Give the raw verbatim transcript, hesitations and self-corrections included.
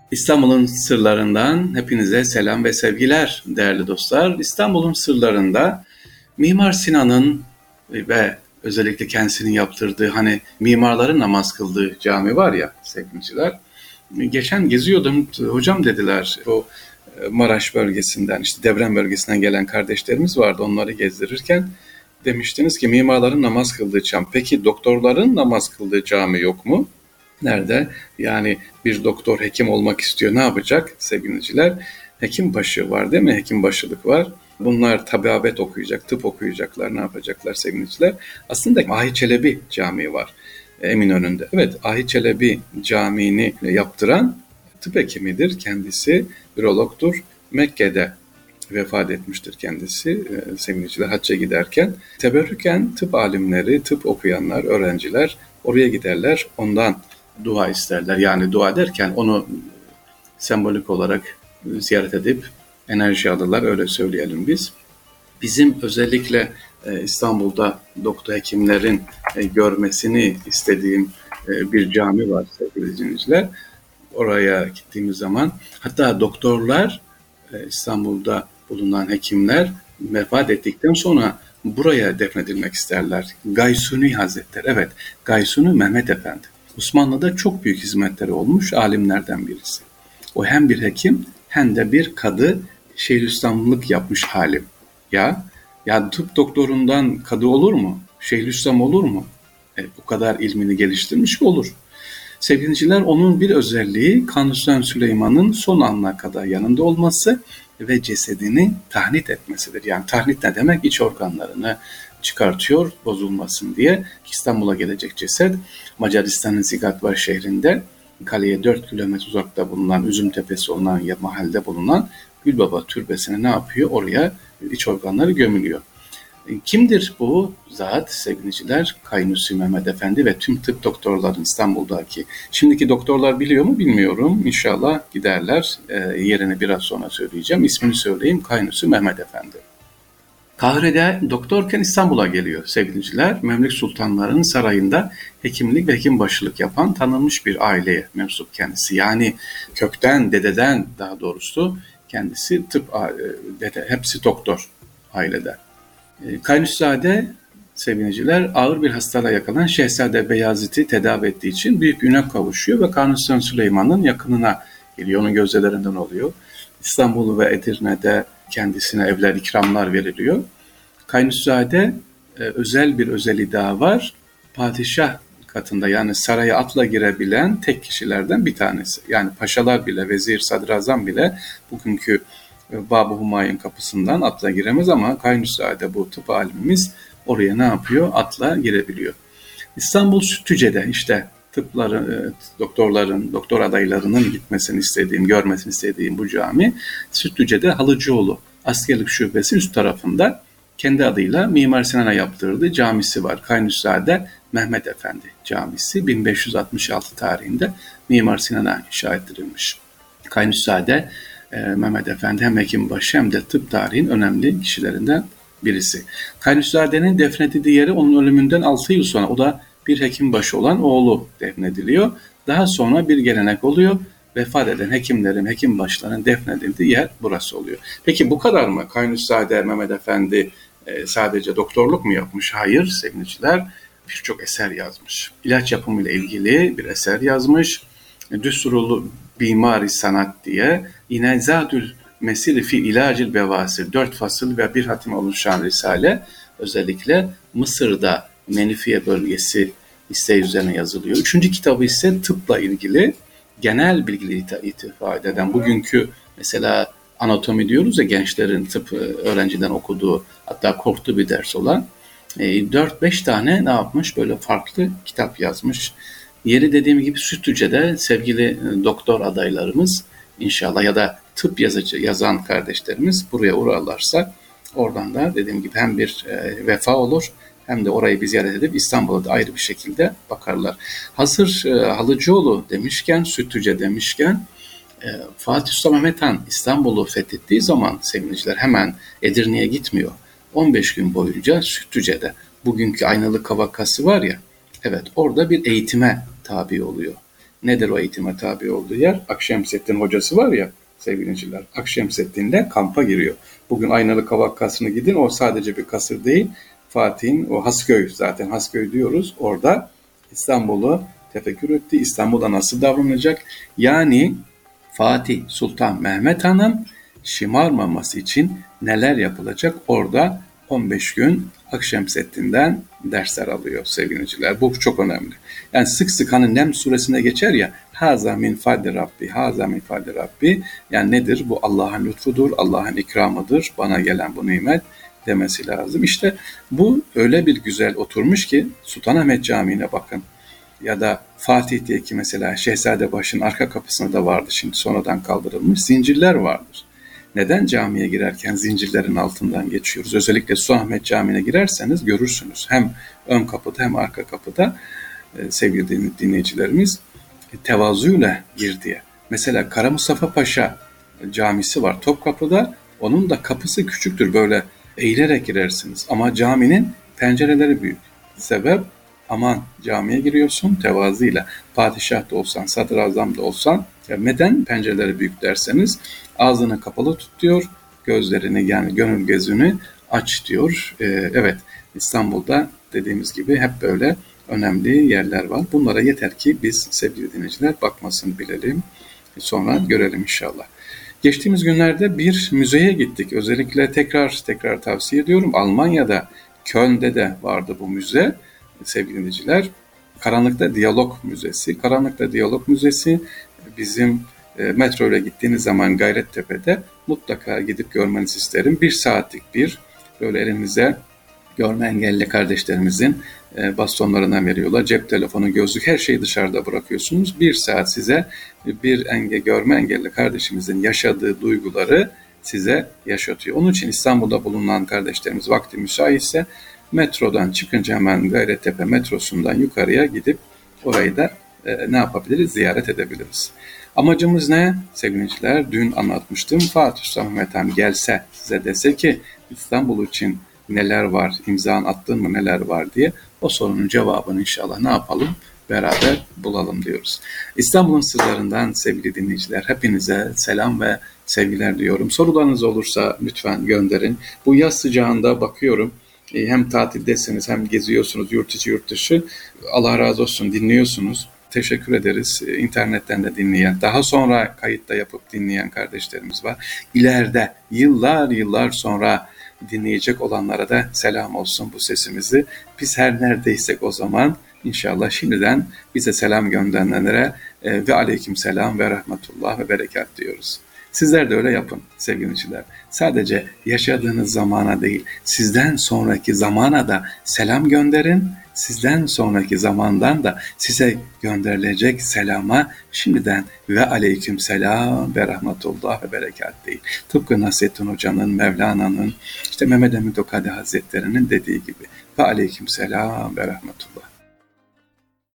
İstanbul'un sırlarından hepinize selam ve sevgiler değerli dostlar. İstanbul'un sırlarında Mimar Sinan'ın ve özellikle kendisinin yaptırdığı hani mimarların namaz kıldığı cami var ya sevgiliciler. Geçen geziyordum, hocam dediler o Maraş bölgesinden işte Devrem bölgesinden gelen kardeşlerimiz vardı, onları gezdirirken demiştiniz ki mimarların namaz kıldığı cami. Peki doktorların namaz kıldığı cami yok mu? Nerede? Yani bir doktor hekim olmak istiyor, ne yapacak sevgiliciler? Hekimbaşı var değil mi? Hekimbaşılık var. Bunlar tababet okuyacak, tıp okuyacaklar, ne yapacaklar sevgiliciler? Aslında Ahi Çelebi Camii var Eminönü'nde. Evet, Ahi Çelebi Camii'ni yaptıran tıp hekimidir. Kendisi ürologdur. Mekke'de vefat etmiştir kendisi e, sevgiliciler hacca giderken. Teberrüken tıp alimleri, tıp okuyanlar, öğrenciler oraya giderler. Ondan dua isterler. Yani dua derken onu sembolik olarak ziyaret edip enerji alırlar. Öyle söyleyelim biz. Bizim özellikle e, İstanbul'da doktor hekimlerin e, görmesini istediğim e, bir cami var sevgili dinleyiciler. Oraya gittiğimiz zaman hatta doktorlar e, İstanbul'da bulunan hekimler vefat ettikten sonra buraya defnedilmek isterler. Gaysuni Hazretleri, evet Gaysuni Mehmet Efendi. Osmanlı'da çok büyük hizmetleri olmuş alimlerden birisi. O hem bir hekim hem de bir kadı, Şeyhülislamlık yapmış halim. Ya, ya tıp doktorundan kadı olur mu? Şeyhülislam olur mu? E, bu kadar ilmini geliştirmiş mi olur? Sevgiliciler, onun bir özelliği Kanuni Süleyman'ın son anına kadar yanında olması ve cesedini tahnit etmesidir. Yani tahnit ne demek? İç organlarını çıkartıyor bozulmasın diye. İstanbul'a gelecek ceset Macaristan'ın Zigatvar şehrinde kaleye dört kilometre uzakta bulunan Üzümtepesi olan mahallede bulunan Gülbaba Türbesi'ne ne yapıyor? Oraya iç organları gömülüyor. Kimdir bu zat sevgiliciler? Kaynusi Mehmet Efendi ve tüm tıp doktorların İstanbul'daki. Şimdiki doktorlar biliyor mu bilmiyorum. İnşallah giderler. E, yerini biraz sonra söyleyeceğim. İsmini söyleyeyim. Kaynusi Mehmet Efendi. Kahire'de doktorken İstanbul'a geliyor sevgiliciler. Memlük sultanlarının sarayında hekimlik ve hekimbaşılık yapan tanınmış bir aileye mensup kendisi. Yani kökten, dededen daha doğrusu kendisi tıp, dede, hepsi doktor ailede. Kaynuszade sevgiliciler ağır bir hastalığa yakalanan Şehzade Beyazıt'ı tedavi ettiği için büyük üne kavuşuyor ve Kanuni Süleyman'ın yakınına geliyor. Onun gözdelerinden oluyor. İstanbul ve Edirne'de kendisine evler, ikramlar veriliyor. Kaynuszade e, özel bir özelliği daha var. Padişah katında yani saraya atla girebilen tek kişilerden bir tanesi. Yani paşalar bile, vezir, sadrazam bile bugünkü Bab-ı Humayun kapısından atla giremez ama Kaynuszade bu tıp alimimiz oraya ne yapıyor? Atla girebiliyor. İstanbul Sütlüce'de işte tıpların, doktorların, doktor adaylarının gitmesini istediğim, görmesini istediğim bu cami Sütlüce'de Halıcıoğlu Askerlik Şubesi üst tarafında kendi adıyla Mimar Sinan'a yaptırdığı camisi var. Kaynuszade Mehmet Efendi Camisi bin beş yüz altmış altı tarihinde Mimar Sinan'a inşa ettirilmiş. Kaynuszade Mehmet Efendi hem hekimbaşı hem de tıp tarihin önemli kişilerinden birisi. Kaynuszada'nın defnedildiği yeri onun ölümünden altı yıl sonra o da bir hekimbaşı olan oğlu defnediliyor. Daha sonra bir gelenek oluyor. Vefat eden hekimlerin, hekimbaşlarının defnedildiği yer burası oluyor. Peki bu kadar mı? Kaynuszade Mehmet Efendi e, sadece doktorluk mu yapmış? Hayır sevgiliciler, birçok eser yazmış. İlaç yapımıyla ilgili bir eser yazmış. Düsturul Bimari Sanat diye yine Zadül Mesir fi İlacil Bevasir dört fasıl ve bir hatim oluşan risale özellikle Mısır'da Menifiye bölgesi isteği üzerine yazılıyor. Üçüncü kitabı ise tıpla ilgili genel bilgileri ifade eden bugünkü mesela anatomi diyoruz ya gençlerin tıp öğrenciden okuduğu hatta korktuğu bir ders olan dört beş tane ne yapmış böyle farklı kitap yazmış. Yeri dediğim gibi Sütlüce'de sevgili doktor adaylarımız inşallah ya da tıp yazıcı yazan kardeşlerimiz buraya uğrarlarsa oradan da dediğim gibi hem bir e, vefa olur hem de orayı bir ziyaret edip İstanbul'a da ayrı bir şekilde bakarlar. Hazır e, Halıcıoğlu demişken, Sütlüce demişken e, Fatih Sultan Mehmet Han İstanbul'u fethettiği zaman sevgiliciler hemen Edirne'ye gitmiyor. on beş gün boyunca Sütlüce'de bugünkü Aynalı Kavakası var ya, evet orada bir eğitime tabi oluyor. Nedir o eğitime tabi olduğu yer? Akşemseddin hocası var ya sevgili dinleyiciler. Akşemseddin'le kampa giriyor. Bugün Aynalı Kavak Kasrı'na gidin. O sadece bir kasır değil. Fatih'in o Hasköy, zaten Hasköy diyoruz. Orada İstanbul'u tefekkür etti. İstanbul'da nasıl davranacak? Yani Fatih Sultan Mehmet Han'ın şımarmaması için neler yapılacak? Orada on beş gün Akşemseddin'den dersler alıyor sevgili dinleyiciler. Bu çok önemli. Yani sık sık hani Nem suresinde geçer ya, haza min fadli Rabbi, haza min fadli Rabbi. Yani nedir? Bu Allah'ın lütfudur, Allah'ın ikramıdır, bana gelen bu nimet demesi lazım. İşte bu öyle bir güzel oturmuş ki Sultanahmet Camii'ne bakın. Ya da Fatih'teki mesela Şehzadebaşı'nın arka kapısında da vardı, şimdi sonradan kaldırılmış zincirler vardır. Neden camiye girerken zincirlerin altından geçiyoruz? Özellikle Sultanahmet Camii'ne girerseniz görürsünüz. Hem ön kapıda hem arka kapıda e, sevgili dinleyicilerimiz e, tevazuyla gir diye. Mesela Kara Mustafa Paşa camisi var Topkapı'da. Onun da kapısı küçüktür, böyle eğilerek girersiniz. Ama caminin pencereleri büyük. Sebep, aman camiye giriyorsun tevazıyla. Padişah da olsan, sadrazam da olsan, neden pencereleri büyük derseniz ağzını kapalı tut diyor, gözlerini yani gönül gözünü aç diyor. Ee, evet, İstanbul'da dediğimiz gibi hep böyle önemli yerler var. Bunlara yeter ki biz sevgili dinleyiciler bakmasını bilelim, sonra görelim inşallah. Geçtiğimiz günlerde bir müzeye gittik. Özellikle tekrar tekrar tavsiye ediyorum. Almanya'da, Köln'de de vardı bu müze sevgili dinleyiciler. Karanlıkta Diyalog Müzesi. Karanlıkta Diyalog Müzesi bizim e, metro ile gittiğiniz zaman Gayrettepe'de mutlaka gidip görmenizi isterim. Bir saatlik bir böyle elinize görme engelli kardeşlerimizin e, bastonlarına veriyorlar. Cep telefonu, gözlük, her şeyi dışarıda bırakıyorsunuz. Bir saat size bir enge, görme engelli kardeşimizin yaşadığı duyguları size yaşatıyor. Onun için İstanbul'da bulunan kardeşlerimiz vakti müsaitse metrodan çıkınca hemen Gayrettepe metrosundan yukarıya gidip orayı da e, ne yapabiliriz? Ziyaret edebiliriz. Amacımız ne? Sevgiliciler, dün anlatmıştım. Fatih Sultan Mehmet Han gelse size dese ki İstanbul için neler var, imzan attın mı, neler var diye, o sorunun cevabını inşallah ne yapalım? Beraber bulalım diyoruz. İstanbul'un sırlarından sevgili dinleyiciler, hepinize selam ve sevgiler diyorum. Sorularınız olursa lütfen gönderin. Bu yaz sıcağında bakıyorum, hem tatildesiniz hem geziyorsunuz yurt içi yurt dışı. Allah razı olsun, dinliyorsunuz. Teşekkür ederiz. İnternetten de dinleyen, daha sonra kayıtta yapıp dinleyen kardeşlerimiz var. İleride yıllar yıllar sonra dinleyecek olanlara da selam olsun bu sesimizi. Biz her neredeysek o zaman inşallah şimdiden bize selam gönderenlere e, ve aleyküm selam ve rahmetullah ve berekat diyoruz. Sizler de öyle yapın sevgili dinleyiciler. Sadece yaşadığınız zamana değil, sizden sonraki zamana da selam gönderin. Sizden sonraki zamandan da size gönderilecek selama şimdiden ve aleyküm selam ve rahmetullah ve berekat değil. Tıpkı Nasrettin Hoca'nın, Mevlana'nın, işte Mehmet Emin Tokadi Hazretleri'nin dediği gibi ve aleyküm selam ve rahmetullah.